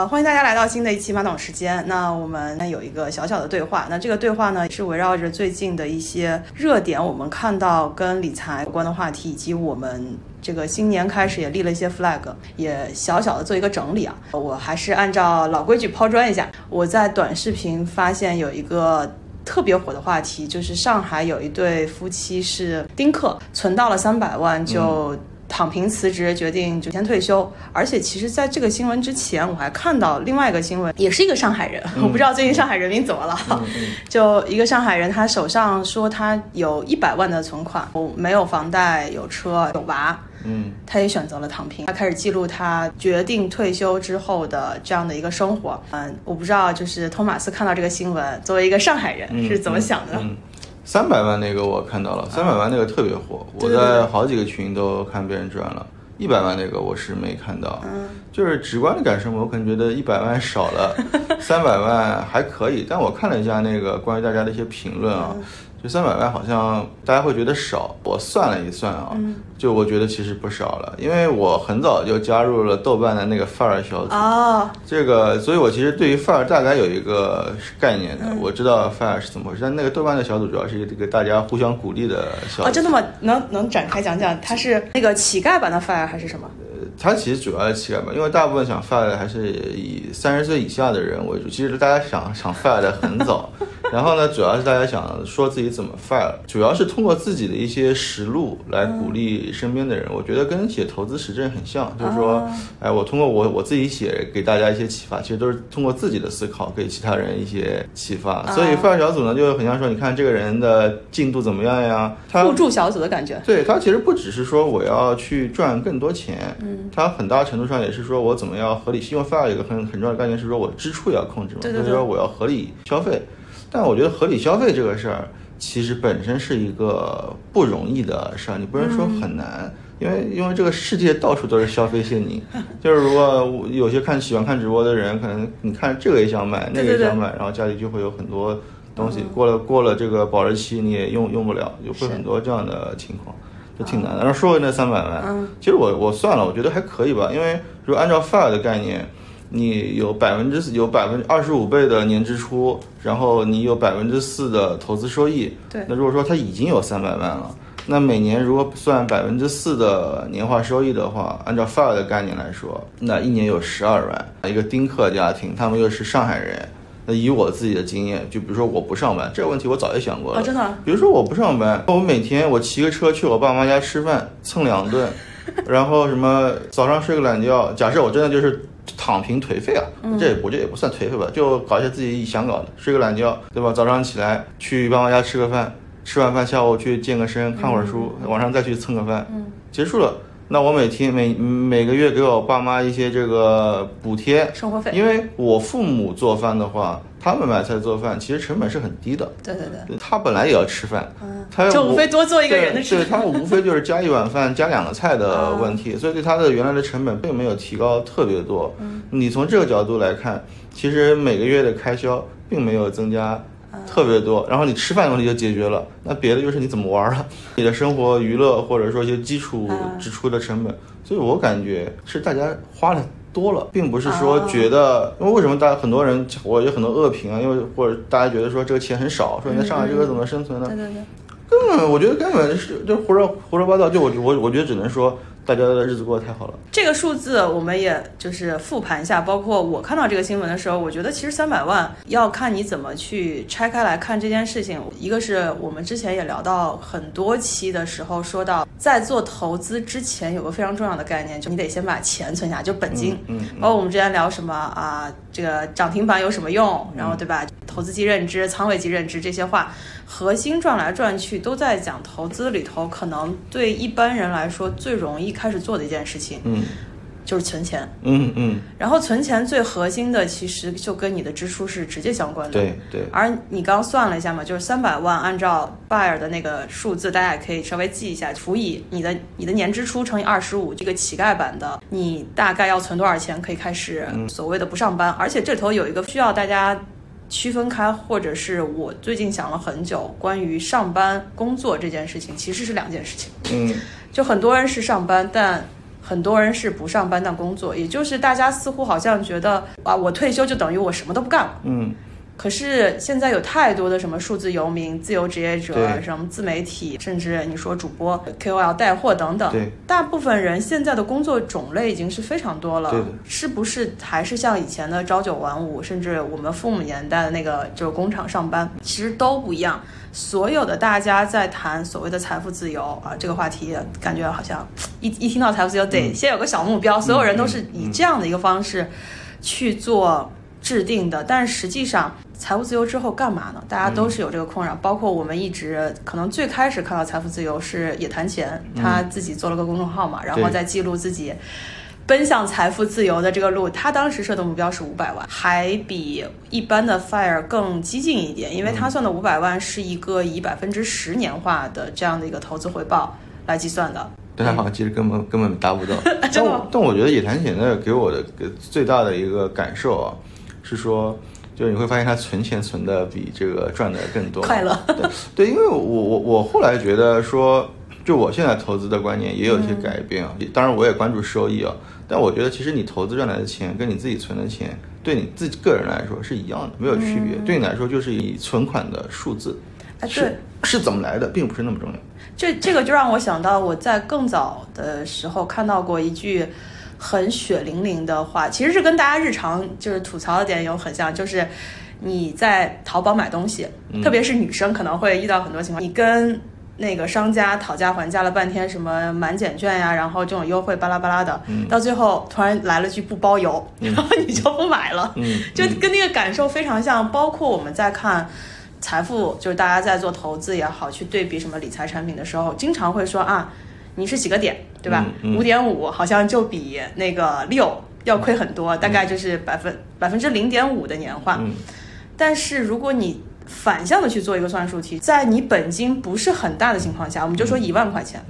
欢迎大家来到新的一期马董时间。那我们有一个小小的对话，那这个对话呢是围绕着最近的一些热点，我们看到跟理财有关的话题，以及我们这个新年开始也立了一些 flag， 也小小的做一个整理啊。我还是按照老规矩抛砖一下，我在短视频发现有一个特别火的话题，就是上海有一对夫妻是丁克，存到了300万就躺平辞职，决定就先退休。而且其实在这个新闻之前，我还看到另外一个新闻，也是一个上海人，我不知道最近上海人民怎么了，就一个上海人，他手上说他有100万的存款，没有房贷，有车，有娃，他也选择了躺平，他开始记录他决定退休之后的这样的一个生活。我不知道就是托马斯看到这个新闻，作为一个上海人是怎么想的？ 300万那个我看到了，300万那个特别火，我在好几个群都看别人转了。100万那个我是没看到，就是直观的感受，我可能觉得100万少了，300万还可以。但我看了一下那个关于大家的一些评论啊，就300万好像大家会觉得少。我算了一算啊，就我觉得其实不少了，因为我很早就加入了豆瓣的那个范儿小组，这个，所以我其实对于范儿大概有一个概念的，我知道范儿是怎么回事。但那个豆瓣的小组主要是这个大家互相鼓励的小组。真的吗？ 能展开讲讲，它是那个乞丐版的范儿还是什么？ 它其实主要是乞丐版，因为大部分想 fire 还是以30岁以下的人为主。其实大家想 fire 的很早，然后呢，主要是大家想说自己怎么 fire， 主要是通过自己的一些实录来鼓励身边的人。我觉得跟写投资实证很像，就是说，我通过我自己写给大家一些启发，其实都是通过自己的思考给其他人一些启发。所以 fire 小组呢，就很像说，你看这个人的进度怎么样呀？ 互助小组的感觉。 对，他其实不只是说我要去赚更多钱，它很大程度上也是说我怎么样合理，因为 FIRE 有一个很重要的概念是说我支出也要控制嘛，就是说我要合理消费。但我觉得合理消费这个事儿其实本身是一个不容易的事儿，你不能说很难，因为这个世界到处都是消费陷阱。就是如果有些喜欢看直播的人，可能你看这个也想买，那个也想买，然后家里就会有很多东西，过了这个保质期你也用不了，就会很多这样的情况。挺难的。然后说回那300万，其实我算了，我觉得还可以吧，因为如果按照 FIRE 的概念，你有25倍的年支出，然后你有4%的投资收益，对，那如果说它已经有300万了，那每年如果算4%的年化收益的话，按照 FIRE 的概念来说，那一年有12万。一个丁克家庭，他们又是上海人。那以我自己的经验，就比如说我不上班这个问题，我早就想过了。 真的？ 比如说我不上班，我每天我骑个车去我爸妈家吃饭，蹭2顿，然后什么早上睡个懒觉。假设我真的就是躺平颓废啊，我这也不算颓废吧，就搞一些自己想搞的，睡个懒觉，对吧？早上起来去爸妈家吃个饭，吃完饭下午去健个身，看会儿书，晚上再去蹭个饭，结束了。那我每个月给我爸妈一些这个补贴生活费， 因为我父母做饭的话，他们买菜做饭其实成本是很低的。 对， 他本来也要吃饭，他就无非多做一个人的吃。 对，他无非就是加1碗饭加2个菜的问题，所以对他的原来的成本并没有提高特别多。你从这个角度来看，其实每个月的开销并没有增加特别多，然后你吃饭的问题就解决了，那别的就是你怎么玩了，你的生活娱乐或者说一些基础支出的成本，所以我感觉是大家花了多了，并不是说觉得，因为为什么很多人我有很多恶评啊，因为或者大家觉得说这个钱很少，说你在上海这个怎么生存呢？对，我觉得根本是就胡说八道，就我觉得只能说大家的日子过得太好了。 这个数字我们也就是复盘一下，包括我看到这个新闻的时候，我觉得其实300万要看你怎么去拆开来看这件事情。一个是我们之前也聊到很多期的时候说到，在做投资之前有个非常重要的概念，就你得先把钱存下，就本金。包括我们之前聊什么啊，这个涨停板有什么用，然后对吧，投资即认知、仓位即认知，这些话核心转来转去都在讲投资里头可能对一般人来说最容易开始做的一件事情，就是存钱。然后存钱最核心的其实就跟你的支出是直接相关的。 对。 而你刚算了一下嘛，就是300万，按照拜尔的那个数字，大家也可以稍微记一下，除以你的年支出乘以25，这个乞丐版的，你大概要存多少钱可以开始所谓的不上班。而且这里头有一个需要大家区分开，或者是我最近想了很久，关于上班工作这件事情其实是2件事情。就很多人是上班，但很多人是不上班但工作，也就是大家似乎好像觉得啊，我退休就等于我什么都不干了。可是现在有太多的什么数字游民、自由职业者、什么自媒体，甚至你说主播、KOL 带货等等，大部分人现在的工作种类已经是非常多了。是不是还是像以前的朝九晚五，甚至我们父母年代的那个就是工厂上班，其实都不一样。所有的大家在谈所谓的财富自由啊，这个话题感觉好像一听到财富自由得先有个小目标，所有人都是以这样的一个方式去做制定的。但是实际上财富自由之后干嘛呢？大家都是有这个困扰，包括我们一直可能最开始看到财富自由是野谈钱，他自己做了个公众号嘛，然后再记录自己奔向财富自由的这个路。他当时设的目标是500万，还比一般的 FIRE 更激进一点，因为他算的500万是一个以10%年化的这样的一个投资回报来计算的。 但他好像其实根本达不到。但我觉得野谈钱的给我的最大的一个感受啊，是说就是你会发现他存钱存的比这个赚的更多， 快乐。 对，因为我后来觉得说，就我现在投资的观念也有一些改变啊。当然我也关注收益啊，但我觉得其实你投资赚来的钱跟你自己存的钱，对你自己个人来说是一样的，没有区别。对你来说就是以存款的数字，是怎么来的，并不是那么重要。 这个就让我想到我在更早的时候看到过一句很血淋淋的话，其实是跟大家日常就是吐槽的点有很像，就是你在淘宝买东西，特别是女生可能会遇到很多情况，你跟那个商家讨价还价了半天，什么满减券呀，然后这种优惠巴拉巴拉的，到最后突然来了句不包邮，然后你就不买了，就跟那个感受非常像。包括我们在看财富，就是大家在做投资也好，去对比什么理财产品的时候，经常会说啊，你是几个点，对吧？5.5好像就比那个6要亏很多，大概就是0.5%的年化。但是如果你反向的去做一个算术题，在你本金不是很大的情况下，我们就说1万块钱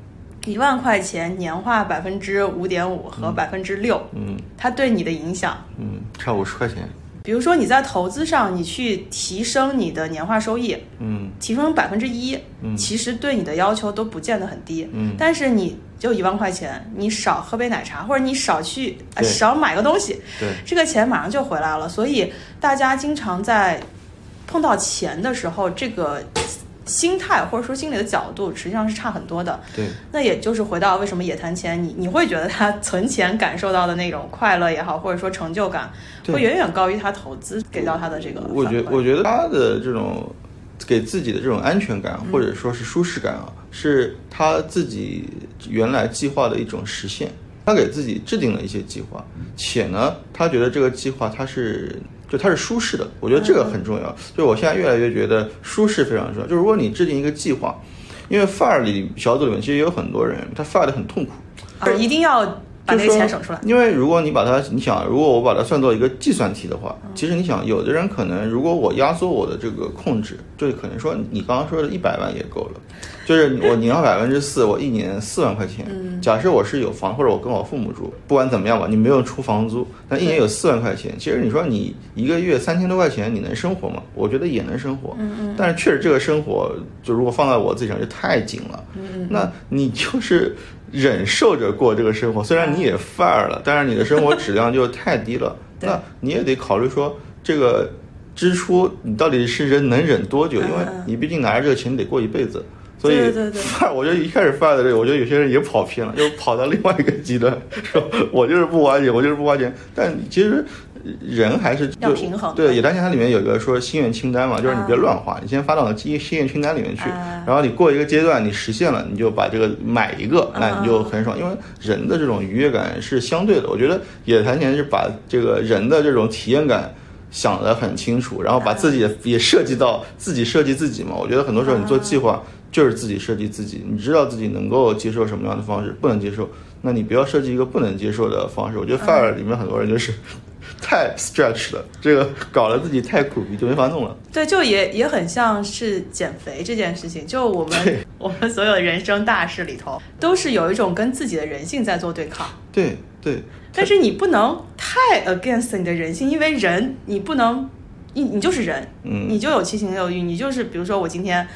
，1万块钱年化5.5%和6%，它对你的影响， 差50块钱。 比如说你在投资上，你去提升你的年化收益，提升1%，其实对你的要求都不见得很低，但是你就1万块钱，你少喝杯奶茶，或者你少买个东西，这个钱马上就回来了。所以大家经常在碰到钱的时候，这个心态或者说心理的角度实际上是差很多的。那也就是回到为什么野谈钱，你会觉得他存钱感受到的那种快乐也好，或者说成就感，会远远高于他投资给到他的这个反馈。 我觉得他的这种给自己的这种安全感或者说是舒适感啊，是他自己原来计划的一种实现。他给自己制定了一些计划，且呢，他觉得这个计划它是舒适的。我觉得这个很重要。就我现在越来越觉得舒适非常重要。就如果你制定一个计划，因为 FIRE 小组里面其实也有很多人，他 FIRE 的很痛苦， 一定要把那个钱省出来。 因为如果你想，如果我把它算作一个计算题的话，其实你想，有的人可能如果我压缩我的这个控制，就可能说你刚刚说的100万也够了。就是你要4%，我一年4万块钱。假设我是有房，或者我跟我父母住，不管怎么样吧，你没有出房租，但一年有4万块钱。其实你说你一个月3000多块钱，你能生活吗？我觉得也能生活。但是确实这个生活，就如果放在我自己上就太紧了。那你就是忍受着过这个生活，虽然你也 FIRE 了，但是你的生活质量就太低了。那你也得考虑说这个支出你到底是能忍多久？因为你毕竟拿着这个钱得过一辈子。所以我觉得一开始FIRE的这个，我觉得有些人也跑偏了，又跑到另外一个极端，说我就是不花钱，但其实人还是要平衡。 对，野谈钱它里面有一个说心愿清单嘛，就是你别乱花，你先发到心愿清单里面去，然后你过一个阶段你实现了，你就把这个买一个，那你就很爽。因为人的这种愉悦感是相对的，我觉得野谈钱是把这个人的这种体验感想得很清楚，然后把自己也涉及到自己设计自己嘛。我觉得很多时候你做计划就是自己设计自己，你知道自己能够接受什么样的方式，不能接受，那你不要设计一个不能接受的方式。我觉得 FIRE 里面很多人就是太 stretch 了，这个搞得自己太苦逼，就没法弄了。 对，就也很像是减肥这件事情，就我们所有的人生大事里头，都是有一种跟自己的人性在做对抗。 对。 但是你不能太 against 你的人性，因为人你不能，你就是人，你就有七情六欲，你就是比如说我今天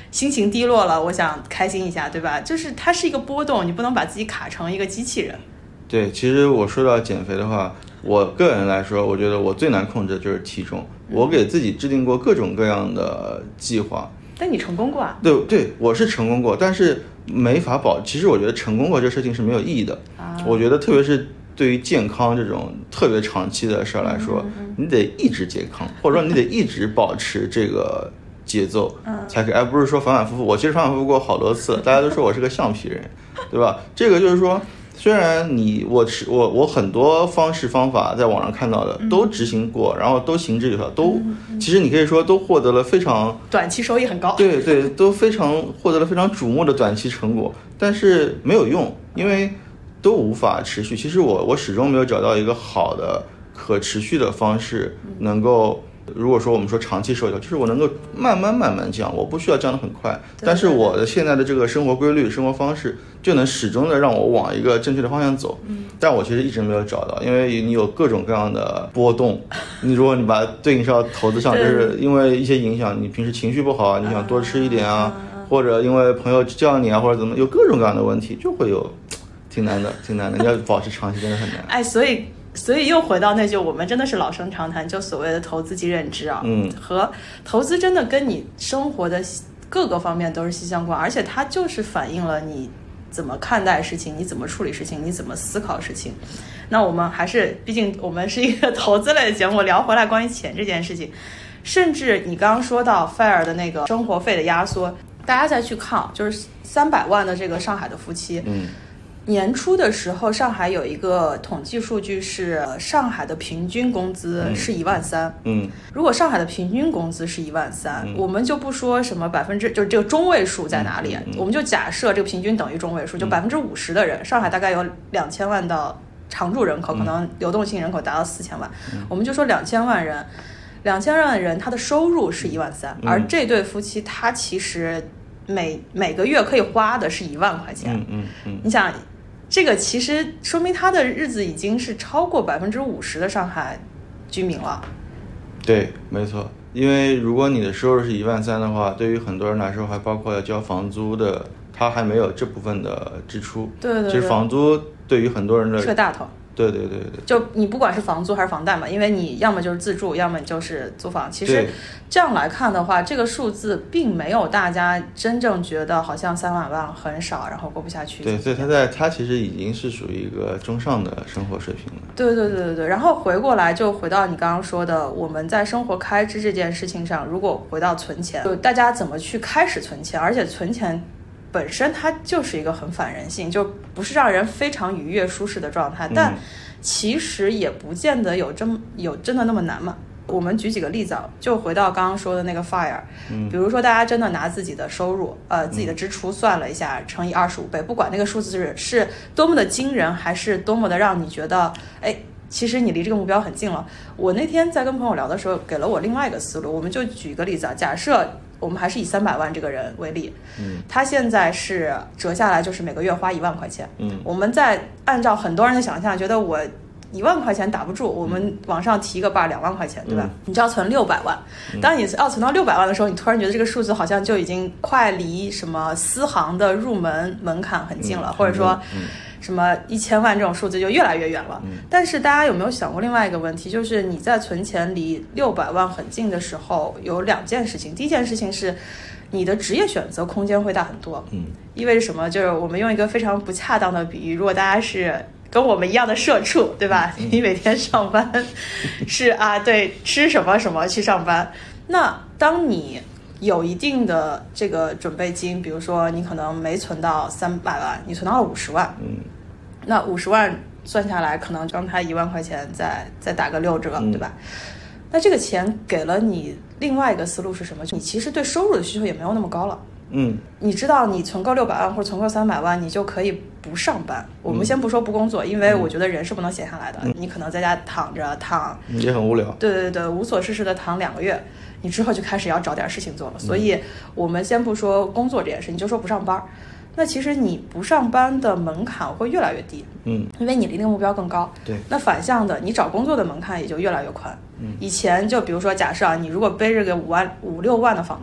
心情低落了，我想开心一下，对吧？就是它是一个波动，你不能把自己卡成一个机器人。 对，其实我说到减肥的话，我个人来说，我觉得我最难控制的就是体重。我给自己制定过各种各样的计划。 但你成功过啊？ 对，我是成功过，但是没法保。其实我觉得成功过这个事情是没有意义的。我觉得特别是对于健康这种特别长期的事儿来说，你得一直健康，或者说你得一直保持这个节奏，才可以，而不是说反反复复。我其实反反复复过好多次，大家都说我是个橡皮人，对吧？这个就是说，虽然我很多方法在网上看到的都执行过，然后都行之有效，都其实你可以说都获得了非常短期收益很高， 对，都获得了非常瞩目的短期成果，但是没有用，因为都无法持续。其实我始终没有找到一个好的可持续的方式，能够如果说我们说长期收益，就是我能够慢慢降，我不需要降得很快，但是我的现在的这个生活规律、生活方式就能始终的让我往一个正确的方向走。但我其实一直没有找到，因为你有各种各样的波动。如果你把它对应上投资上，就是因为一些影响，你平时情绪不好，你想多吃一点啊，或者因为朋友叫你啊，或者怎么，有各种各样的问题，就会有挺难的。你要保持长期真的很难。 所以又回到那句，我们真的是老生常谈，就所谓的投资即认知啊，和投资真的跟你生活的各个方面都是息息相关，而且它就是反映了你怎么看待事情，你怎么处理事情，你怎么思考事情。那我们还是，毕竟我们是一个投资类的节目，聊回来关于钱这件事情，甚至你刚刚说到 FIRE 的那个生活费的压缩，大家再去看，就是300万的这个上海的夫妻，年初的时候，上海有一个统计数据是上海的平均工资是13000。如果上海的平均工资是13000，我们就不说什么就是这个中位数在哪里，我们就假设这个平均等于中位数，就50%的人，上海大概有2000万到常住人口，可能流动性人口达到4000万，我们就说2000万人，2000万人他的收入是13000，而这对夫妻他其实每个月可以花的是1万块钱。你想，这个其实说明他的日子已经是超过50%的上海居民了。对， 没错。因为如果你的收入是13000的话，对于很多人来说还包括要交房租的，他还没有这部分的支出。 对， 其实房租对于很多人的是个大头。对，就你不管是房租还是房贷嘛，因为你要么就是自住，要么就是租房。其实这样来看的话，这个数字并没有大家真正觉得好像300万很少，然后过不下去。 对，所以他其实已经是属于一个中上的生活水平了。 对。然后回过来就回到你刚刚说的，我们在生活开支这件事情上，如果回到存钱，就大家怎么去开始存钱，而且存钱本身它就是一个很反人性，就不是让人非常愉悦舒适的状态，但其实也不见得有真的那么难嘛。我们举几个例子啊，就回到刚刚说的那个 FIRE，比如说大家真的拿自己的收入自己的支出算了一下，乘以25倍，不管那个数字是多么的惊人，还是多么的让你觉得其实你离这个目标很近了。我那天在跟朋友聊的时候给了我另外一个思路，我们就举一个例子啊，假设我们还是以300万这个人为例，他现在是折下来就是每个月花1万块钱，我们再按照很多人的想象，觉得我1万块钱打不住，我们往上提个2万块钱，对吧？你就要存600万。当你要存到600万的时候，你突然觉得这个数字好像就已经快离什么私行的入门槛很近了，或者说什么1000万这种数字就越来越远了。但是大家有没有想过另外一个问题，就是你在存钱离600万很近的时候，有2件事情。第一件事情是你的职业选择空间会大很多。意味着什么？就是我们用一个非常不恰当的比喻，如果大家是跟我们一样的社畜，对吧？你每天上班是对，吃什么什么去上班。那当你有一定的这个准备金，比如说你可能没存到300万，你存到了50万，那50万算下来，可能刚才1万块钱再打个6折，对吧？那这个钱给了你另外一个思路是什么？你其实对收入的需求也没有那么高了。你知道你存够600万或者存够300万，你就可以不上班。我们先不说不工作，因为我觉得人是不能闲下来的。你可能在家躺也很无聊。 对，无所事事的躺2个月，你之后就开始要找点事情做了。所以我们先不说工作这件事，你就说不上班。那其实你不上班的门槛会越来越低，因为你离那个目标更高。 对， 那反向的，你找工作的门槛也就越来越宽。以前就比如说，假设你如果背着个5、6万的房贷，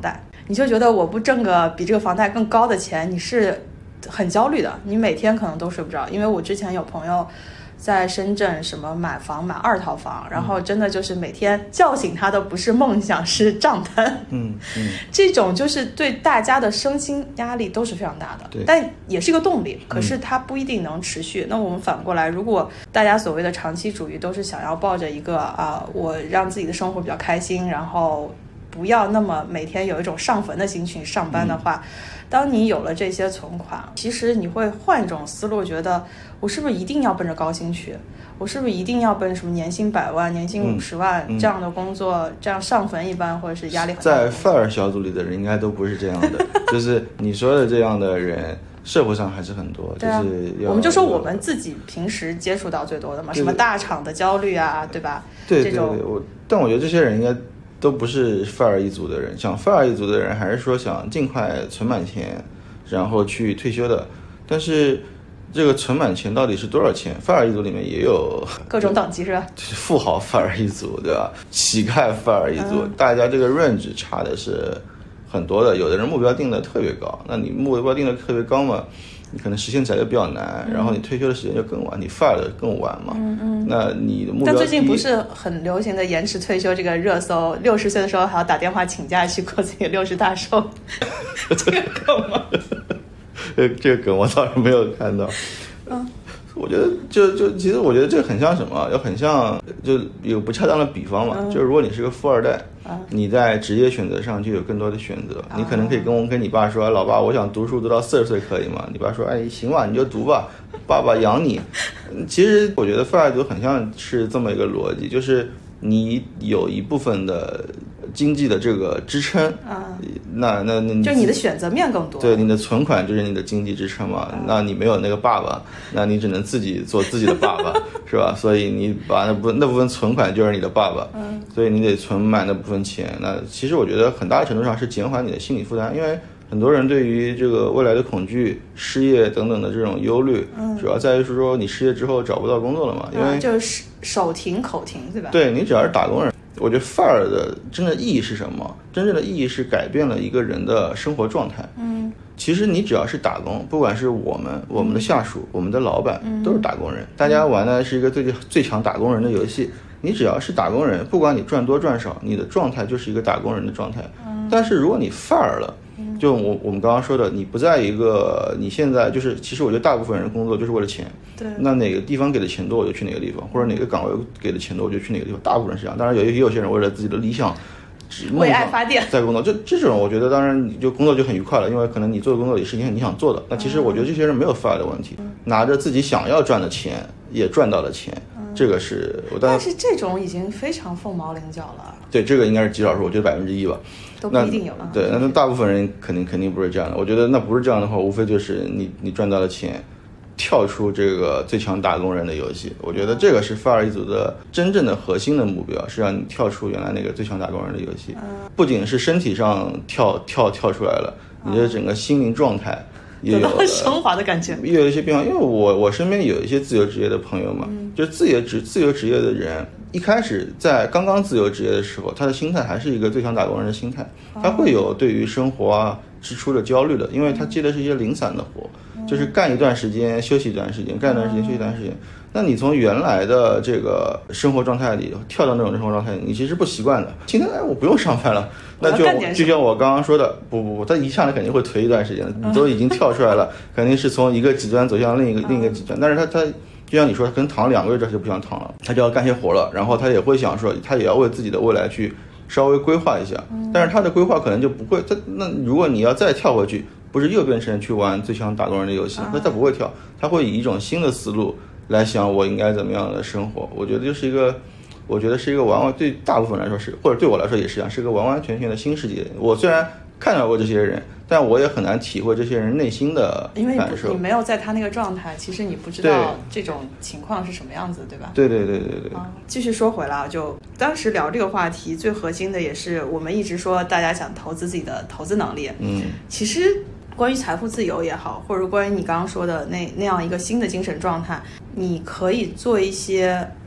你就觉得我不挣个比这个房贷更高的钱，你是很焦虑的，你每天可能都睡不着。因为我之前有朋友在深圳什么买房买2套房，然后真的就是每天叫醒他的不是梦想，是账单。这种就是对大家的身心压力都是非常大的，但也是一个动力，可是它不一定能持续。那我们反过来，如果大家所谓的长期主义都是想要抱着一个我让自己的生活比较开心，然后不要那么每天有一种上坟的心情上班的话，当你有了这些存款，其实你会换一种思路，觉得我是不是一定要奔着高薪去，我是不是一定要奔什么年薪100万年薪50万这样的工作，这样上坟一般，或者是压力很大。 在FIRE小组里的人应该都不是这样的就是你说的这样的人社会上还是很多。就是我们就说我们自己平时接触到最多的嘛，什么大厂的焦虑啊，对吧？ 对，但我觉得这些人应该都不是FIRE一族的人。像FIRE一族的人还是说想尽快存满钱然后去退休的，但是这个存满钱到底是多少钱？FIRE一族里面也有各种等级是吧？ 富豪FIRE一族，对吧？乞丐FIRE一族，大家这个 range 差的是很多的。有的人目标定的特别高，那你目标定的特别高嘛，你可能实现起来就比较难，然后你退休的时间就更晚，你 FIRE 的更晚嘛。那你的目标， 但最近不是很流行的延迟退休这个热搜，60岁的时候还要打电话请假去过自己60大寿这个梗吗？ 这个梗我倒是没有看到。我觉得其实我觉得这很像什么，很像就有不恰当的比方嘛，就是如果你是个富二代，你在职业选择上就有更多的选择。你可能可以跟你爸说，老爸我想读书读到40岁可以吗？你爸说哎行吧，你就读吧，爸爸养你。其实我觉得FIRE族很像是这么一个逻辑，就是你有一部分的经济的这个支撑那就你的选择面更多。 对，你的存款就是你的经济支撑嘛。那你没有那个爸爸，那你只能自己做自己的爸爸是吧？所以你把那部分存款就是你的爸爸，所以你得存满那部分钱。那其实我觉得很大程度上是减缓你的心理负担，因为很多人对于这个未来的恐惧、失业等等的这种忧虑，主要在于是说你失业之后找不到工作了嘛。因为就是手停口停，对吧？ 对，你只要是打工人。我觉得FIRE的真正的意义是什么？真正的意义是改变了一个人的生活状态。其实你只要是打工，不管是我们的下属、我们的老板，都是打工人。大家玩的是一个最强打工人的游戏。你只要是打工人，不管你赚多赚少，你的状态就是一个打工人的状态。但是如果你FIRE了，就我们刚刚说的，你不在一个你现在就是，其实我觉得大部分人工作就是为了钱。 对。 那哪个地方给的钱多，我就去哪个地方，或者哪个岗位给的钱多，我就去哪个地方。大部分人是这样，当然也有些人为了自己的理想。 为爱发电在工作，这种我觉得当然你就工作就很愉快了，因为可能你做的工作也是你想做的。那其实我觉得这些人没有FIRE的问题，拿着自己想要赚的钱也赚到了钱，这个是我但是这种已经非常凤毛麟角了。 对，这个应该是极少数，我觉得1%吧， 都不一定有啊。 对，那大部分人肯定不是这样的。我觉得那不是这样的话，无非就是你赚到了钱，跳出这个最强打工人的游戏。我觉得这个是FIRE一族的真正的核心的目标，是让你跳出原来那个最强打工人的游戏。不仅是身体上跳出来了，你的整个心灵状态也有了升华的感觉， 也有一些变化。因为我身边有一些自由职业的朋友嘛，就是自由职业的人，一开始在刚刚自由职业的时候，他的心态还是一个最强打工人的心态，他会有对于生活啊支出的焦虑的，因为他接的是一些零散的活，就是干一段时间休息一段时间，干一段时间休息一段时间。那你从原来的这个生活状态里跳到那种生活状态里，你其实不习惯的。今天我不用上班了，那就像我刚刚说的，不，他一上来肯定会颓一段时间，你都已经跳出来了，肯定是从一个极端走向另一个极端。但是他就像你说，他可能躺2个月这就不想躺了，他就要干些活了，然后他也会想说，他也要为自己的未来去稍微规划一下，但是他的规划可能就不会，那如果你要再跳回去，不是又变成去玩最强打工人的游戏，那他不会跳，他会以一种新的思路来想我应该怎么样的生活。我觉得是一个完完对大部分来说是，或者对我来说也是一样，是个完完全全的新世界。我虽然看到过这些人，但我也很难体会这些人内心的感受。 因为你没有在他那个状态，其实你不知道这种情况是什么样子，对吧？ 对。 继续说回来，就当时聊这个话题，最核心的也是我们一直说大家想投资自己的投资能力。其实关于财富自由也好，或者关于你刚刚说的那样一个新的精神状态，你可以做一些你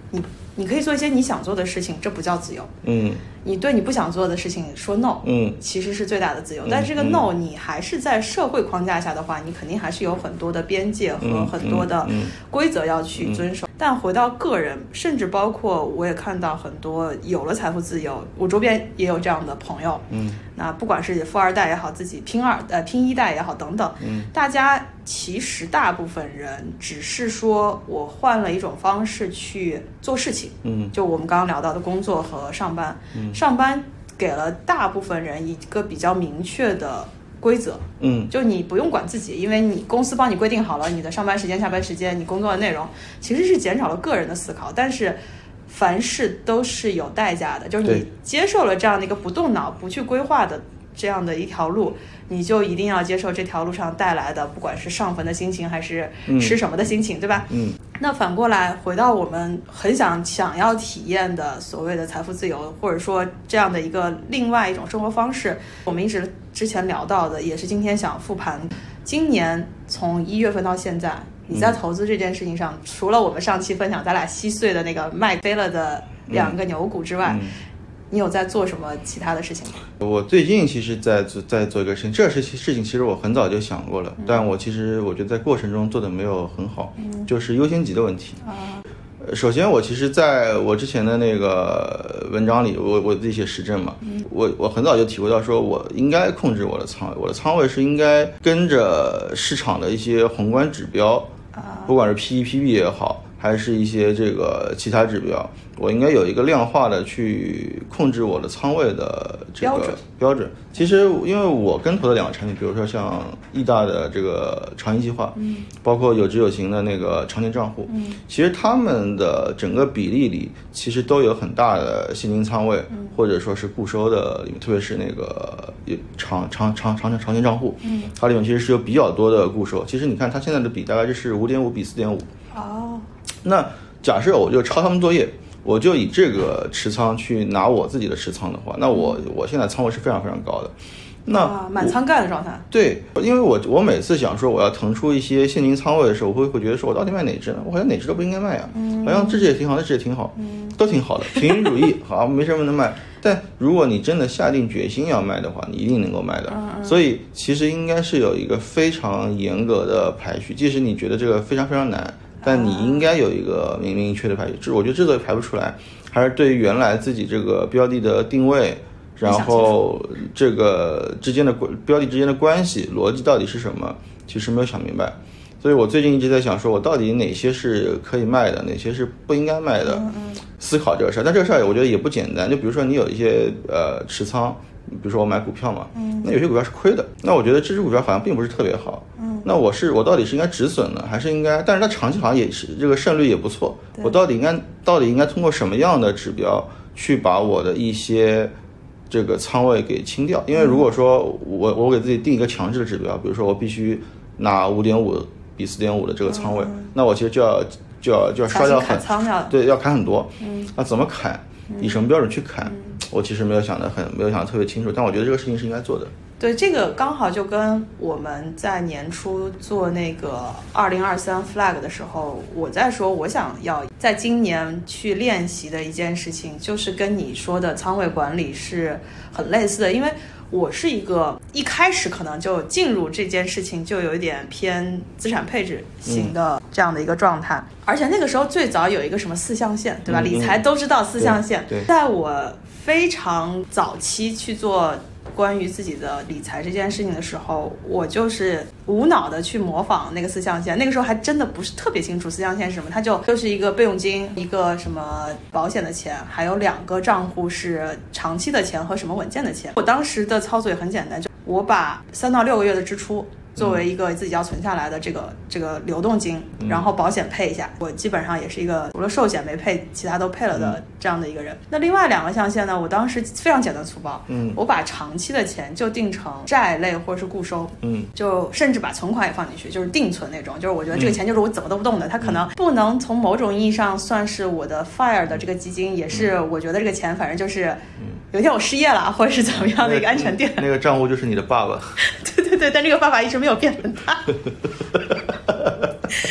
你可以做一些你想做的事情，这不叫自由。你对你不想做的事情说 no，其实是最大的自由。但是这个 no，你还是在社会框架下的话，你肯定还是有很多的边界和很多的规则要去遵守。但回到个人，甚至包括我也看到很多有了财富自由，我周边也有这样的朋友，那不管是富二代也好，自己拼一代也好等等，大家其实大部分人只是说我换了一种方式去做事情，就我们刚刚聊到的工作和上班，上班给了大部分人一个比较明确的规则，就你不用管自己，因为你公司帮你规定好了你的上班时间、下班时间，你工作的内容，其实是减少了个人的思考。但是凡事都是有代价的，就是你接受了这样的一个不动脑、不去规划的这样的一条路，你就一定要接受这条路上带来的，不管是上坟的心情还是吃什么的心情，对吧？那反过来回到我们很想要体验的所谓的财富自由，或者说这样的一个另外一种生活方式，我们一直之前聊到的，也是今天想复盘。今年从1月份到现在，你在投资这件事情上，除了我们上期分享咱俩稀碎的那个卖飞了的2个牛股之外，你有在做什么其他的事情吗？ 我最近其实在做一个事情，这事情其实我很早就想过了，但我觉得在过程中做的没有很好，就是优先级的问题。首先我其实在我之前的那个文章里，我自己写实证嘛，我很早就体会到说我应该控制我的仓位，我的仓位是应该跟着市场的一些宏观指标，不管是 PE、PB 也好，还是一些这个其他指标，我应该有一个量化的去控制我的仓位的这个标准。其实因为我跟投的2个产品，比如说像易大的这个长盈计划，包括有知有行的那个常年账户，其实他们的整个比例里其实都有很大的现金仓位，或者说是固收的里面，特别是那个长年账户，它里面其实是有比较多的固收。其实你看它现在的比大概就是5.5比4.5。那假设我就抄他们作业，我就以这个持仓去拿我自己的持仓的话，那我现在仓位是非常非常高的，那满仓干的状态。 对，因为我每次想说我要腾出一些现金仓位的时候，我会觉得说我到底卖哪只呢？我好像哪只都不应该卖啊，好像这只也挺好，那只也挺好，都挺好的，平均主义，好，没什么能卖。但如果你真的下定决心要卖的话，你一定能够卖的。所以其实应该是有一个非常严格的排序，即使你觉得这个非常非常难，但你应该有一个明确的排序。我觉得之所以排不出来，还是对于原来自己这个标的的定位，然后这个标的之间的关系逻辑到底是什么，其实没有想明白。所以我最近一直在想说，我到底哪些是可以卖的，哪些是不应该卖的，思考这个事儿。但这个事儿我觉得也不简单，就比如说你有一些持仓，比如说我买股票嘛，那有些股票是亏的，那我觉得这只股票好像并不是特别好，那我到底是应该止损呢，还是应该？但是它长期好像也是这个胜率也不错，我到底应该通过什么样的指标去把我的一些这个仓位给清掉？因为如果说我给自己定一个强制的指标，比如说我必须拿5.5比4.5的这个仓位，那我其实就要刷掉对，要砍很多。那怎么砍？以什么标准去砍？我其实没有想得特别清楚，但我觉得这个事情是应该做的。 对，这个刚好就跟我们在年初做那个2023 flag 的时候，我在说我想要在今年去练习的一件事情，就是跟你说的仓位管理是很类似的。因为我是一个一开始可能就进入这件事情就有一点偏资产配置型的这样的一个状态，而且那个时候最早有一个什么4象限，对吧？理财都知道4象限。在我非常早期去做关于自己的理财这件事情的时候，我就是无脑的去模仿那个4象限。那个时候还真的不是特别清楚4象限是什么，它就是一个备用金，一个什么保险的钱，还有2个账户是长期的钱和什么稳健的钱。我当时的操作也很简单，就我把3到6个月的支出作为一个自己要存下来的这个流动金，然后保险配一下。我基本上也是一个除了寿险没配其他都配了的这样的一个人。那另外2个象限呢，我当时非常简单粗暴，我把长期的钱就定成债类或者是固收，就甚至把存款也放进去，就是定存那种，就是我觉得这个钱就是我怎么都不动的，它可能不能从某种意义上算是我的 FIRE 的这个基金，也是我觉得这个钱反正就是有一天我失业了或者是怎么样的一个安全垫， 那个账户就是你的爸爸。 对，但这个爸爸一直没有变很大。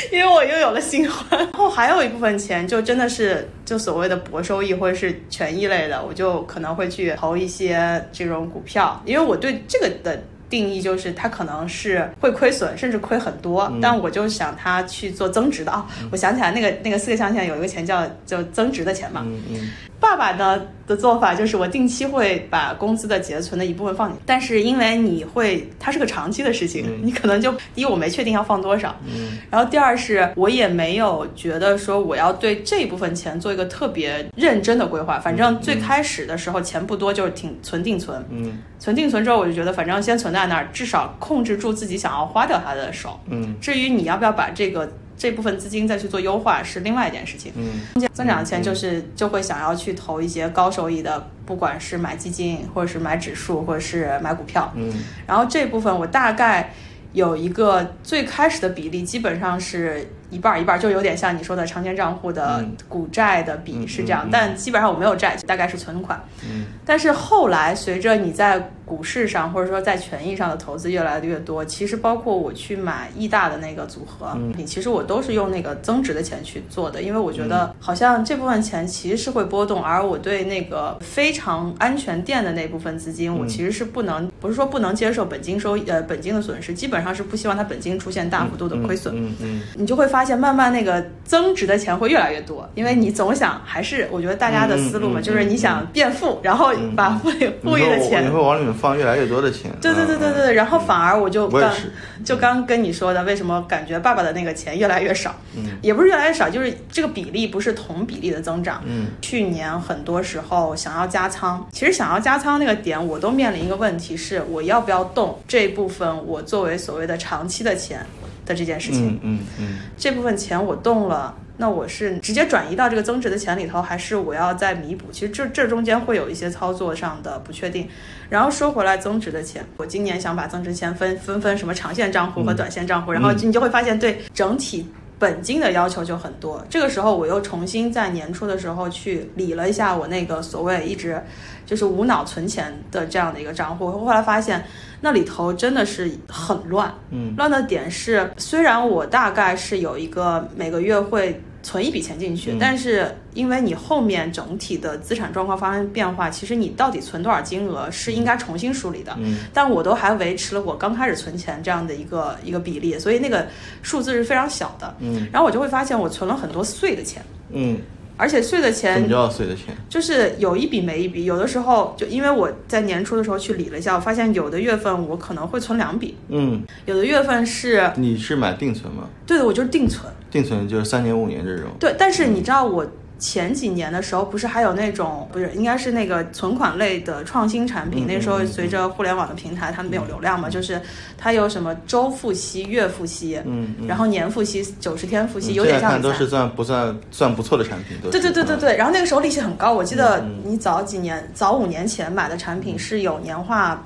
因为我又有了新欢。然后还有一部分钱就真的是就所谓的薄收益或者是权益类的，我就可能会去投一些这种股票，因为我对这个的定义就是它可能是会亏损甚至亏很多，但我就想它去做增值的啊。我想起来那个4个象限有一个钱叫增值的钱嘛。爸爸呢的做法就是我定期会把工资的结存的一部分放进去，但是因为它是个长期的事情，你可能就第一我没确定要放多少，然后第二是我也没有觉得说我要对这一部分钱做一个特别认真的规划，反正最开始的时候钱不多，就是存定存，存定存之后我就觉得反正先存在那儿，至少控制住自己想要花掉它的手，至于你要不要把这部分资金再去做优化是另外一件事情。增长的钱就会想要去投一些高收益的，不管是买基金或者是买指数或者是买股票。然后这部分我大概有一个最开始的比例基本上是一半一半，就有点像你说的长期账户的股债的比是这样，但基本上我没有债，大概是存款。但是后来随着你在股市上或者说在权益上的投资越来越多，其实包括我去买易大的那个组合，其实我都是用那个增值的钱去做的，因为我觉得好像这部分钱其实是会波动，而我对那个非常安全垫的那部分资金，我其实是不是说不能接受本金的损失，基本上是不希望它本金出现大幅度的亏损。你就会发现慢慢那个增值的钱会越来越多，因为你总想还是我觉得大家的思路嘛，就是你想变富，然后把富裕的钱你会往里面放越来越多的钱。 对，然后反而我刚跟你说的，为什么感觉爸爸的那个钱越来越少，也不是越来越少，就是这个比例不是同比例的增长。去年很多时候想要加仓，其实想要加仓那个点我都面临一个问题是我要不要动这部分我作为所谓的长期的钱的这件事情。这部分钱我动了，那我是直接转移到这个增值的钱里头，还是我要再弥补？其实这中间会有一些操作上的不确定。然后说回来，增值的钱，我今年想把增值钱分什么长线账户和短线账户，然后你就会发现对整体本金的要求就很多。这个时候我又重新在年初的时候去理了一下我那个所谓一直就是无脑存钱的这样的一个账户，后来发现那里头真的是很乱。乱的点是，虽然我大概是有一个每个月会存一笔钱进去，但是因为你后面整体的资产状况发生变化，其实你到底存多少金额是应该重新梳理的。但我都还维持了我刚开始存钱这样的一个比例，所以那个数字是非常小的。然后我就会发现我存了很多碎的钱。而且碎的钱， 什么叫碎的钱？ 就是有一笔没一笔，有的时候就因为我在年初的时候去理了一下，我发现有的月份我可能会存2笔，有的月份是。 你是买定存吗？ 对的，我就是定存。 定存就是3年5年这种。 对，但是你知道我前几年的时候不是还有那种不是应该是那个存款类的创新产品，那时候随着互联网的平台他们没有流量嘛，就是它有什么周付息、月付息，然后年付息、90天付息，有点像。 都是算不错的产品。 对，然后那个时候利息很高，我记得你早5年前买的产品是有年化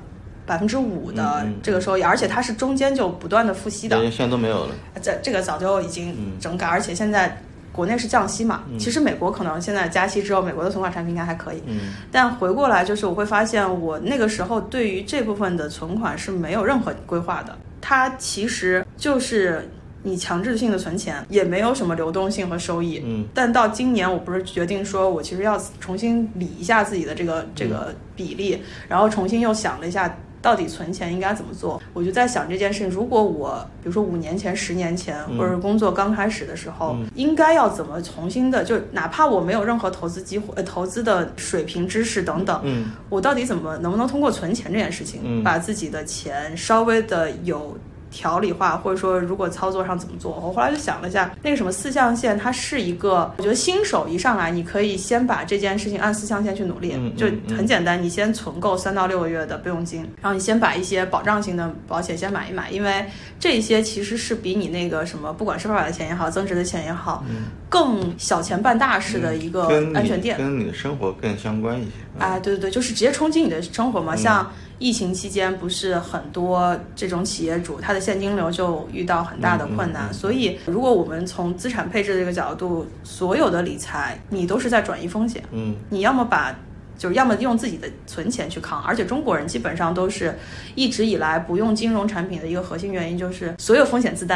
5%的这个收益，而且它是中间就不断的付息的。 现在都没有了。 这个早就已经整改，而且现在。国内是降息嘛，其实美国可能现在加息之后，美国的存款产品应该还可以，但回过来就是我会发现我那个时候对于这部分的存款是没有任何规划的，它其实就是你强制性的存钱，也没有什么流动性和收益。但到今年我不是决定说我其实要重新理一下自己的这个比例，然后重新又想了一下到底存钱应该怎么做，我就在想这件事情，如果我比如说5年前、10年前，或者工作刚开始的时候，应该要怎么重新的，就哪怕我没有任何投资机会、投资的水平、知识等等，我到底能不能通过存钱这件事情，把自己的钱稍微的有条理化，或者说如果操作上怎么做。我后来就想了一下，那个什么4象限，它是一个我觉得新手一上来你可以先把这件事情按4象限去努力，就很简单，你先存够3到6个月的备用金，然后你先把一些保障型的保险先买一买，因为这些其实是比你那个什么不管是爸爸的钱也好，增值的钱也好，更小钱办大事的一个安全垫， 跟你的生活更相关一些。 对，就是直接冲击你的生活嘛。像疫情期间不是很多这种企业主他的现金流就遇到很大的困难，所以如果我们从资产配置的这个角度，所有的理财你都是在转移风险，你要么要么用自己的存钱去扛，而且中国人基本上都是一直以来不用金融产品的一个核心原因就是所有风险自担。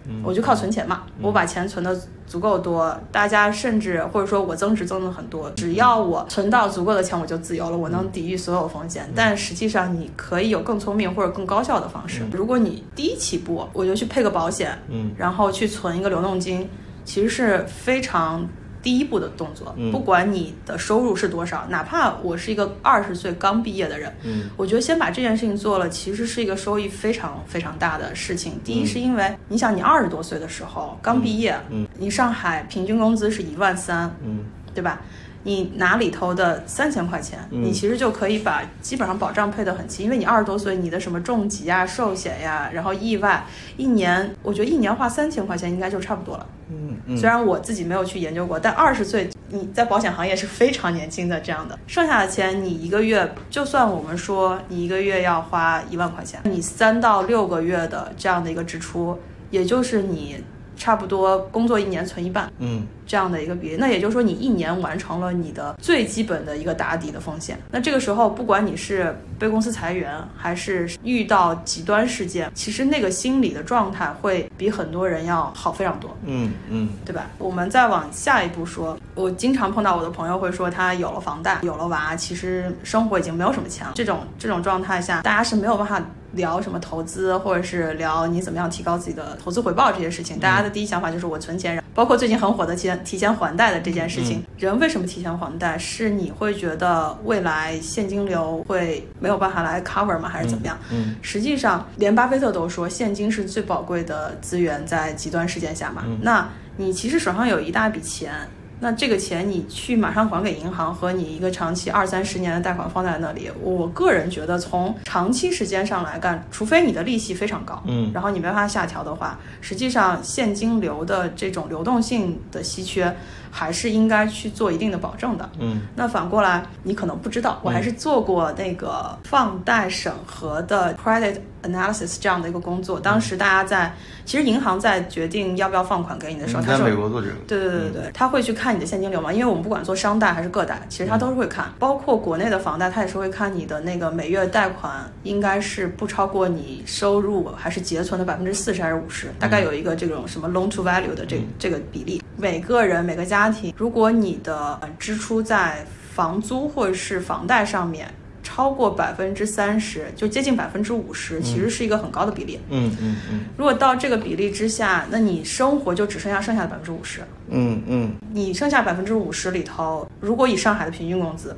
我就靠存钱嘛，我把钱存的足够多，大家甚至或者说我增值增的很多，只要我存到足够的钱，我就自由了，我能抵御所有风险。但实际上你可以有更聪明或者更高效的方式。如果你第一起步我就去配个保险，然后去存一个流动金，其实是非常第一步的动作。不管你的收入是多少，哪怕我是一个20岁刚毕业的人，我觉得先把这件事情做了，其实是一个收益非常非常大的事情。第一是因为你想，你20多岁的时候刚毕业，你上海平均工资是13000，对吧？你拿里头的3000块钱，你其实就可以把基本上保障配得很齐，因为你20多岁，你的什么重疾啊、寿险呀，然后意外，我觉得一年花3000块钱应该就差不多了。虽然我自己没有去研究过，但20岁你在保险行业是非常年轻的这样的，剩下的钱你一个月，就算我们说你一个月要花1万块钱，你3到6个月的这样的一个支出，也就是你差不多工作1年存一半，这样的一个比例。那也就是说你1年完成了你的最基本的一个打底的风险。那这个时候不管你是被公司裁员还是遇到极端事件，其实那个心理的状态会比很多人要好非常多，对吧？我们再往下一步说，我经常碰到我的朋友会说他有了房贷有了娃，其实生活已经没有什么钱了。这种状态下，大家是没有办法聊什么投资，或者是聊你怎么样提高自己的投资回报这些事情。大家的第一想法就是我存钱，包括最近很火的提前还贷的这件事情。人为什么提前还贷？是你会觉得未来现金流会没有办法来 cover 吗？还是怎么样？实际上连巴菲特都说现金是最宝贵的资源，在极端事件下嘛。那你其实手上有一大笔钱，那这个钱你去马上还给银行，和你一个长期20-30年的贷款放在那里，我个人觉得从长期时间上来干，除非你的利息非常高，然后你没办法下调的话，实际上现金流的这种流动性的稀缺还是应该去做一定的保证的。那反过来你可能不知道，我还是做过那个放贷审核的 credit analysis 这样的一个工作。当时大家其实银行在决定要不要放款给你的时候，他在美国做这个， 对，他会去看你的现金流嘛，因为我们不管做商贷还是个贷，其实他都是会看，包括国内的房贷，他也是会看你的那个每月贷款应该是不超过你收入还是结存的40%还是50%，大概有一个这种什么 loan to value 的这个比例。每个人每个家庭，如果你的支出在房租或者是房贷上面超过30%，就接近50%，其实是一个很高的比例。如果到这个比例之下，那你生活就只剩下的50%。你剩下50%里头，如果以上海的平均工资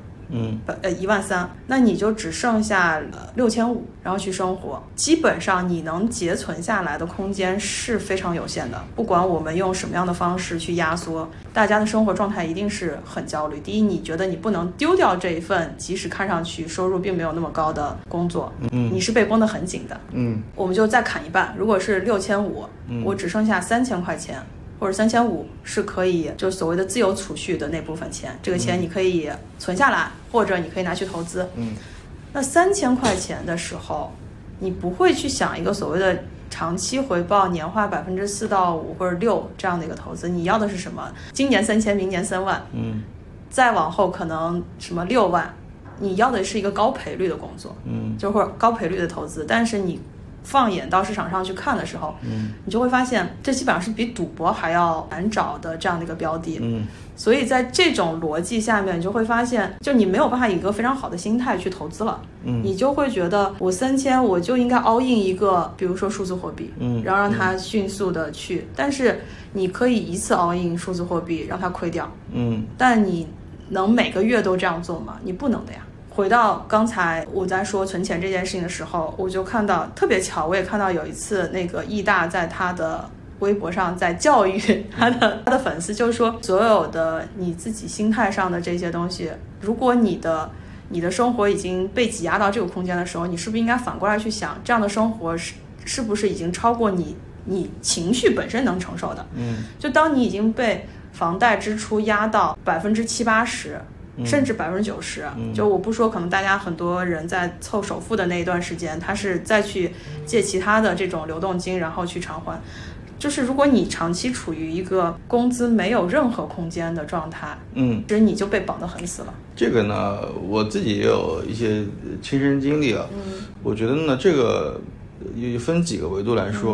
13000，那你就只剩下6500，然后去生活。基本上你能结存下来的空间是非常有限的。不管我们用什么样的方式去压缩，大家的生活状态一定是很焦虑。第一，你觉得你不能丢掉这一份即使看上去收入并没有那么高的工作，你是被绷得很紧的。我们就再砍一半，如果是6500，我只剩下3000块钱。或者3500是可以，就所谓的自由储蓄的那部分钱，这个钱你可以存下来，或者你可以拿去投资。那3000块钱的时候，你不会去想一个所谓的长期回报，年化4%到5%或者6%这样的一个投资。你要的是什么？今年3000，明年3万，再往后可能什么6万。你要的是一个高赔率的工作，就或者高赔率的投资，但是你放眼到市场上去看的时候，你就会发现这基本上是比赌博还要难找的这样的一个标的。所以在这种逻辑下面，你就会发现，就你没有办法以一个非常好的心态去投资了。你就会觉得我3000我就应该 all in 一个，比如说数字货币，然后让它迅速的去，但是你可以一次 all in 数字货币让它亏掉，但你能每个月都这样做吗？你不能的呀。回到刚才我在说存钱这件事情的时候，我就看到特别巧，我也看到有一次那个易大在他的微博上在教育他的粉丝，就是说所有的你自己心态上的这些东西，如果你的生活已经被挤压到这个空间的时候，你是不是应该反过来去想，这样的生活是不是已经超过你情绪本身能承受的？就当你已经被房贷支出压到70%-80%。甚至90%，就我不说，可能大家很多人在凑首付的那一段时间，他是再去借其他的这种流动金，然后去偿还。就是如果你长期处于一个工资没有任何空间的状态，其实你就被绑得很死了。 这个呢，我自己也有一些亲身经历啊。我觉得呢，这个也分几个维度来说。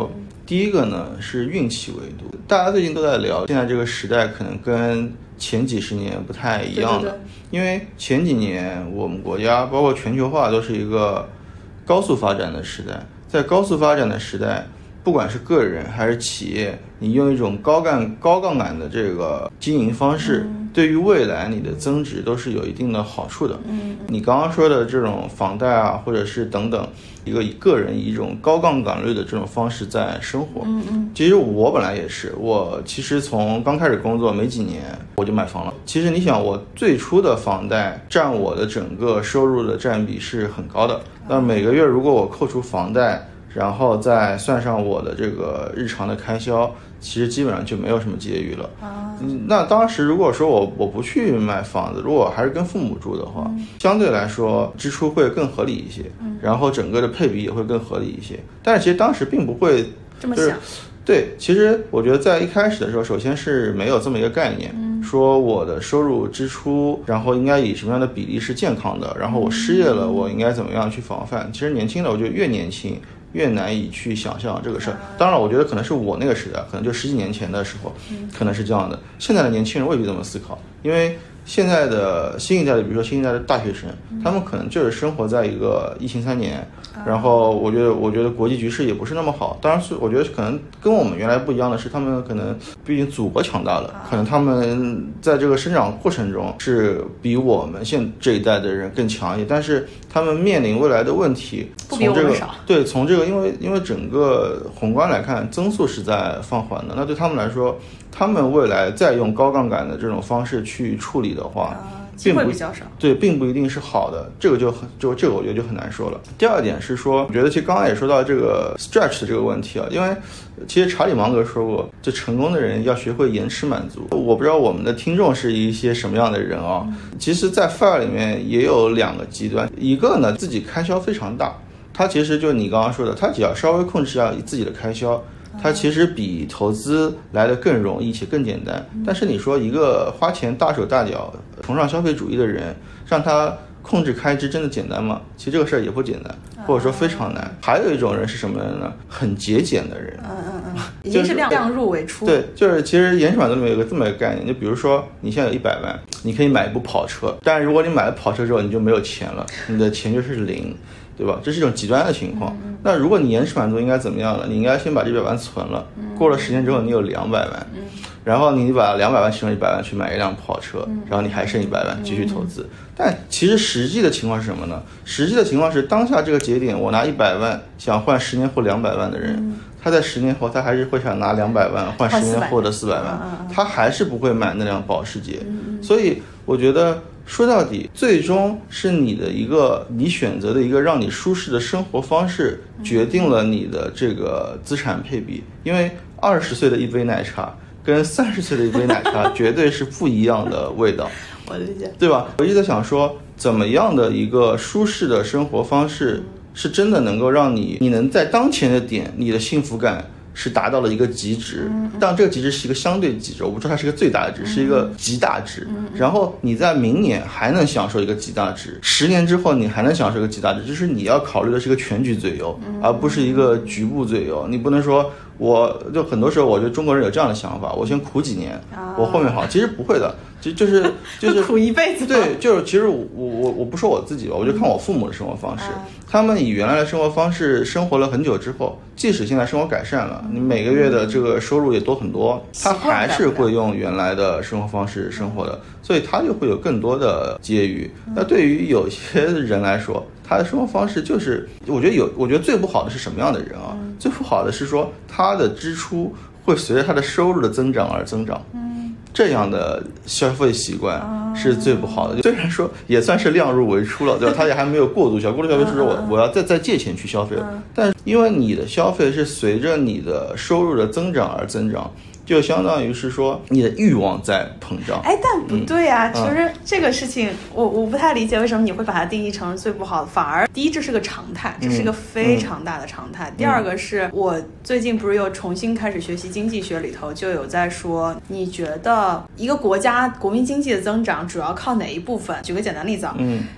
第一个呢是运气维度，大家最近都在聊，现在这个时代可能跟前几十年不太一样的，因为前几年我们国家包括全球化都是一个高速发展的时代，在高速发展的时代，不管是个人还是企业，你用一种高杠杆的这个经营方式，对于未来你的增值都是有一定的好处的。你刚刚说的这种房贷啊，或者是等等，一个人以一种高杠杆率的这种方式在生活。其实我本来也是，我其实从刚开始工作没几年我就买房了。其实你想，我最初的房贷占我的整个收入的占比是很高的，那每个月如果我扣除房贷，然后再算上我的这个日常的开销，其实基本上就没有什么结余了。那当时如果说我不去买房子，如果还是跟父母住的话，相对来说支出会更合理一些，然后整个的配比也会更合理一些。但是其实当时并不会这么想。 对，其实我觉得在一开始的时候，首先是没有这么一个概念，说我的收入支出，然后应该以什么样的比例是健康的，然后我失业了，我应该怎么样去防范。其实年轻的，我觉得越年轻越难以去想象这个事儿。当然我觉得可能是我那个时代，可能就十几年前的时候，可能是这样的。现在的年轻人未必这么思考，因为现在的新一代的，比如说新一代的大学生，他们可能就是生活在一个疫情3年，然后我觉得国际局势也不是那么好。当然是我觉得可能跟我们原来不一样的是，他们可能毕竟祖国强大了，可能他们在这个生长过程中是比我们现这一代的人更强一些，但是他们面临未来的问题不比我们少。 对，从这个因为整个宏观来看，增速是在放缓的，那对他们来说，他们未来再用高杠杆的这种方式去处理的话， 机会比较少。 对，并不一定是好的，这个这个我觉得就很难说了。第二点是说，我觉得其实刚刚也说到这个 stretch 的这个问题啊，因为其实查理芒格说过，就成功的人要学会延迟满足。我不知道我们的听众是一些什么样的人啊？其实，在 FIRE 里面也有2个极端，一个呢自己开销非常大，他其实就是你刚刚说的，他只要稍微控制一下自己的开销，它其实比投资来的更容易且更简单。但是你说一个花钱大手大脚、崇尚消费主义的人，让他控制开支真的简单吗？其实这个事儿也不简单，或者说非常难。还有一种人是什么人呢？很节俭的人。 已经是量入为出。 对，就是其实延迟满足里面有这么一个概念，就比如说你现在有100万，你可以买一部跑车，但如果你买了跑车之后你就没有钱了，你的钱就是0。对吧？这是一种极端的情况。那如果你延迟满足应该怎么样呢？你应该先把这100万存了，过了10年之后你有200万，然后你把200万其中100万去买一辆跑车，然后你还剩100万继续投资。但其实实际的情况是什么呢？实际的情况是当下这个节点，我拿100万想换10年后200万的人，他在10年后他还是会想拿200万换10年后的400万，他还是不会买那辆保时捷。所以我觉得说到底，最终是你选择的一个让你舒适的生活方式，决定了你的这个资产配比。因为20岁的一杯奶茶跟30岁的一杯奶茶绝对是不一样的味道。 我理解， 对吧？我一直在想说，怎么样的一个舒适的生活方式，是真的能够让你能在当前的点，你的幸福感是达到了一个极值，但这个极值是一个相对极值，我不说它是一个最大值，是一个极大值。然后你在明年还能享受一个极大值，10年之后你还能享受一个极大值，就是你要考虑的是一个全局最优，而不是一个局部最优。你不能说我就很多时候我觉得中国人有这样的想法，我先苦几年，我后面好，其实不会的。就是苦一辈子。 对，就是其实我不说我自己吧，我就看我父母的生活方式，他们以原来的生活方式生活了很久之后，即使现在生活改善了，你每个月的这个收入也多很多，他还是会用原来的生活方式生活的，所以他就会有更多的结余。那对于有些人来说，他的生活方式就是，我觉得最不好的是什么样的人啊？最不好的是说他的支出会随着他的收入的增长而增长。这样的消费习惯是最不好的。虽然说也算是量入为出了，对吧？他也还没有过度消费是说我要再借钱去消费了，但因为你的消费是随着你的收入的增长而增长，就相当于是说你的欲望在膨胀。 但不对啊，其实这个事情我不太理解为什么你会把它定义成最不好的，反而第一这是个常态，这是一个非常大的常态。第二个是我最近不是又重新开始学习经济学，里头就有在说，你觉得一个国家国民经济的增长主要靠哪一部分？举个简单例子啊，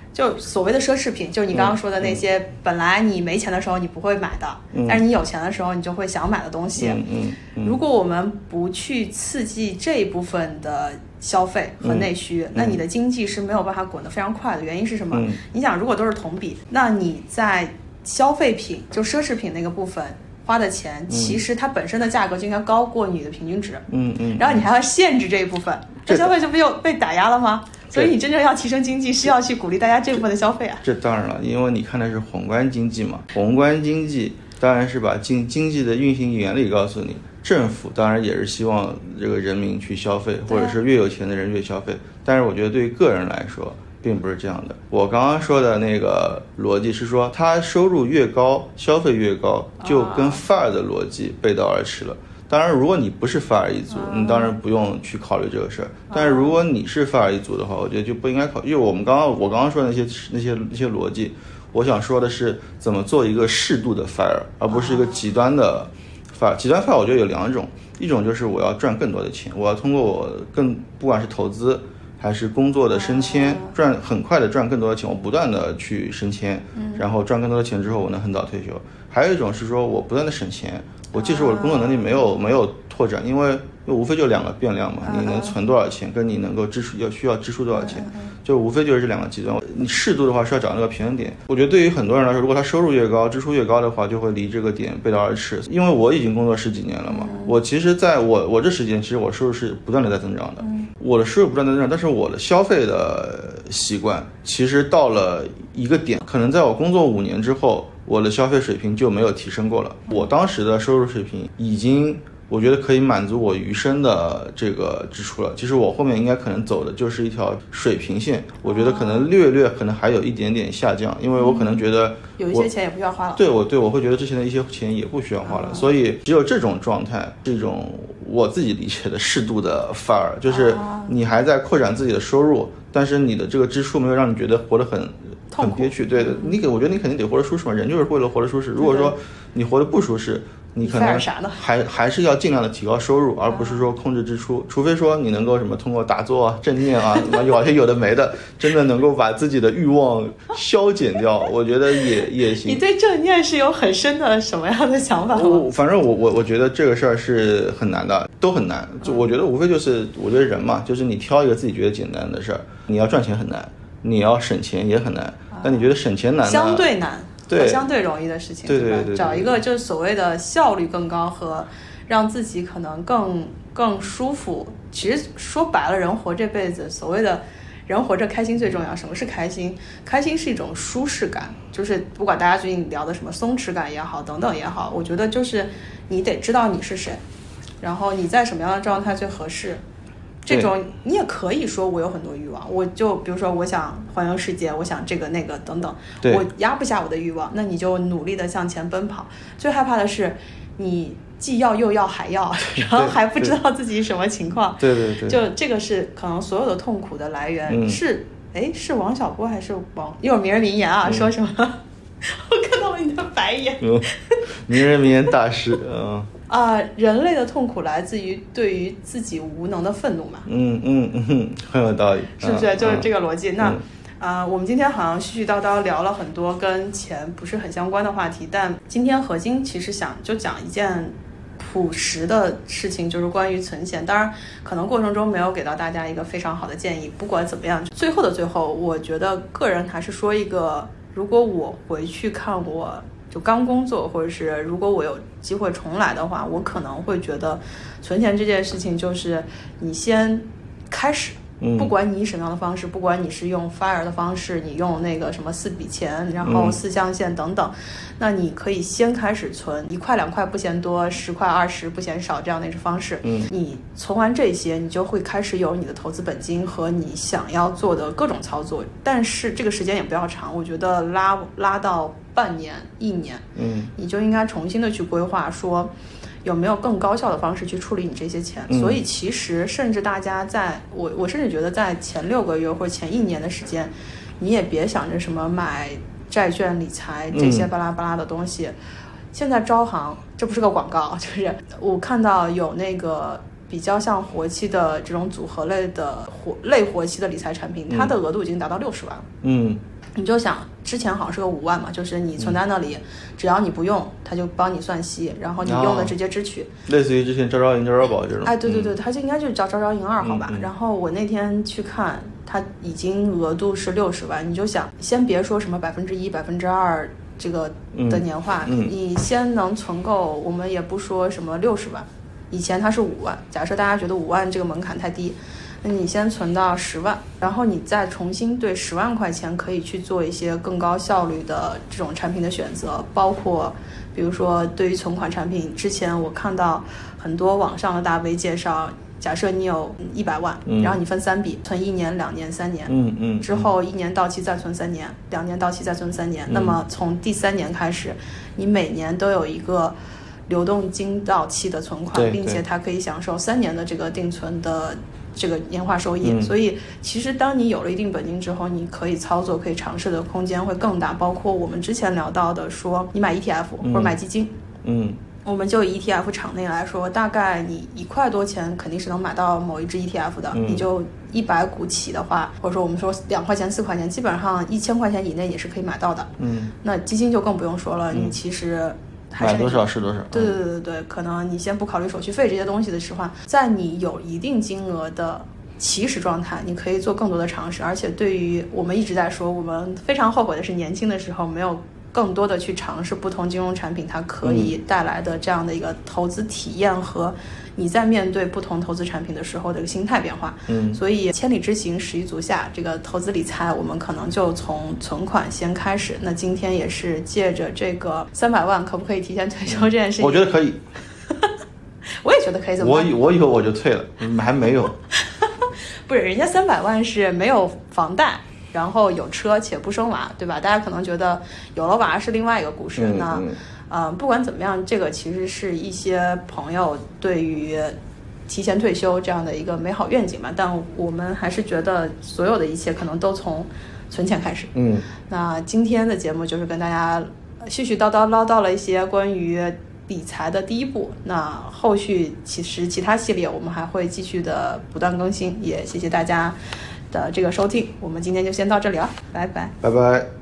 就所谓的奢侈品，就是你刚刚说的那些本来你没钱的时候你不会买的，但是你有钱的时候你就会想买的东西。如果我们不去刺激这一部分的消费和内需，那你的经济是没有办法滚得非常快的。原因是什么？你想，如果都是同比，那你在消费品就奢侈品那个部分花的钱，其实它本身的价格就应该高过你的平均值。然后你还要限制这一部分，这消费就不就被打压了吗？所以你真正要提升经济，是要去鼓励大家这部分的消费啊。 这当然了，因为你看的是宏观经济嘛，宏观经济当然是把经济的运行原理告诉你。政府当然也是希望这个人民去消费，或者是越有钱的人越消费。但是我觉得对于个人来说，并不是这样的。我刚刚说的那个逻辑是说，他收入越高，消费越高，就跟范儿的逻辑背道而驰了。当然，如果你不是范儿一族，你当然不用去考虑这个事儿。但是如果你是范儿一族的话，我觉得就不应该考虑。因为我刚刚说的那些逻辑，我想说的是怎么做一个适度的范儿，而不是一个极端的范儿。极端范儿我觉得有两种，一种就是我要赚更多的钱，我要通过我不管是投资还是工作的升迁，很快的赚更多的钱，我不断的去升迁，然后赚更多的钱之后，我能很早退休。还有一种是说我不断的省钱，我即使我的工作能力没有拓展，因为无非就两个变量嘛，你能存多少钱，跟你能够需要支出多少钱，就无非就是这两个极端。你适度的话是要找那个平衡点。我觉得对于很多人来说，如果他收入越高，支出越高的话，就会离这个点背道而驰。因为我已经工作10几年了嘛，我其实在我这时间，其实我收入是不断的在增长的，我的收入不断的增长，但是我的消费的习惯其实到了一个点，可能在我工作5年之后，我的消费水平就没有提升过了。我当时的收入水平已经我觉得可以满足我余生的这个支出了。其实我后面应该可能走的就是一条水平线，我觉得可能略可能还有一点点下降，因为我可能觉得有一些钱也不需要花了。 对，我会觉得之前的一些钱也不需要花了，所以只有这种状态，这种我自己理解的适度的范儿，就是你还在扩展自己的收入，但是你的这个支出没有让你觉得活得很憋屈。对的，我觉得你肯定得活得舒适嘛，人就是为了活得舒适。如果说你活得不舒适，你可能还是要尽量的提高收入，而不是说控制支出。除非说你能够什么通过打坐啊、正念啊，有些有的没的，真的能够把自己的欲望消减掉，我觉得也行。 你对正念是有很深的什么样的想法吗？ 反正我觉得这个事儿是很难的，都很难。就我觉得无非就是我觉得人嘛，就是你挑一个自己觉得简单的事儿，你要赚钱很难，你要省钱也很难。但你觉得省钱难呢？ 相对难。 对， 相对容易的事情， 对， 找一个就是所谓的效率更高和让自己可能更舒服。其实说白了，人活这辈子，所谓的人活着开心最重要。什么是开心？开心是一种舒适感，就是不管大家最近聊的什么松弛感也好，等等也好，我觉得就是你得知道你是谁，然后你在什么样的状态最合适。这种你也可以说我有很多欲望，我就比如说我想环游世界，我想这个那个等等，我压不下我的欲望，那你就努力的向前奔跑。最害怕的是你既要又要还要，然后还不知道自己什么情况。 对， 就这个是可能所有的痛苦的来源。是王小波还是一会儿名人名言啊？说什么？我看到了你的白眼。 名人名言大师。 人类的痛苦来自于对于自己无能的愤怒嘛。 很有道理， 是不是？就是这个逻辑。那我们今天好像絮絮叨叨聊了很多跟钱不是很相关的话题，但今天核心其实想就讲一件朴实的事情，就是关于存钱。当然可能过程中没有给到大家一个非常好的建议，不管怎么样，最后的最后，我觉得个人还是说一个，如果我回去看我就刚工作，或者是如果我有机会重来的话，我可能会觉得存钱这件事情就是你先开始，不管你以什么样的方式，不管你是用 FIRE 的方式，你用那个什么4笔钱，然后4象限等等，那你可以先开始存1块2块不嫌多，10块20不嫌少这样的方式。你存完这些，你就会开始有你的投资本金和你想要做的各种操作，但是这个时间也不要长，我觉得拉到半年1年，你就应该重新的去规划，说有没有更高效的方式去处理你这些钱。所以其实甚至大家我甚至觉得在前6个月或者前1年的时间，你也别想着什么买债券理财这些巴拉巴拉的东西。现在招行，这不是个广告，就是我看到有那个比较像活期的这种组合类的类活期的理财产品，它的额度已经达到60万了。 你就想之前好像是个5万嘛，就是你存在那里，只要你不用，它就帮你算息，然后你用的直接支取， 类似于之前招招银、招招宝这种。 哎，对对对，它就应该就是叫招招银2号吧。然后我那天去看，它已经额度是60万，你就想，先别说什么1%、2%这个的年化，你先能存够，我们也不说什么60万，以前它是5万，假设大家觉得5万这个门槛太低。那你先存到10万，然后你再重新对10万块钱可以去做一些更高效率的这种产品的选择，包括比如说对于存款产品，之前我看到很多网上的大 V 介绍，假设你有100万，然后你分3笔，存1年、2年、3年，之后1年到期再存3年，2年到期再存3年，那么从第3年开始，你每年都有一个流动金到期的存款，并且它可以享受3年的这个定存的这个年化收益，所以其实当你有了一定本金之后，你可以操作、可以尝试的空间会更大。包括我们之前聊到的，说你买 ETF 或者买基金，我们就以 ETF 场内来说，大概你1块多钱肯定是能买到某一只 ETF 的，你就100股起的话，或者说我们说2块钱、4块钱，基本上1000块钱以内也是可以买到的。那基金就更不用说了，你其实买多少是多少。 对对对对，可能你先不考虑手续费这些东西的话，在你有一定金额的起始状态，你可以做更多的尝试。而且对于我们一直在说，我们非常后悔的是年轻的时候没有更多的去尝试不同金融产品它可以带来的这样的一个投资体验和你在面对不同投资产品的时候的一个心态变化。所以千里之行始于足下，这个投资理财我们可能就从存款先开始。那今天也是借着这个300万可不可以提前退休这件事情， 我觉得可以。 我也觉得可以。怎么我以后我就退了，还没有。 不是，人家300万是没有房贷，然后有车且不生娃，对吧？大家可能觉得有了娃是另外一个故事。不管怎么样，这个其实是一些朋友对于提前退休这样的一个美好愿景吧。但我们还是觉得所有的一切可能都从存钱开始。那今天的节目就是跟大家絮絮叨叨唠叨了一些关于理财的第一步。那后续其实其他系列我们还会继续的不断更新，也谢谢大家的这个收听。我们今天就先到这里了，拜拜， 拜拜。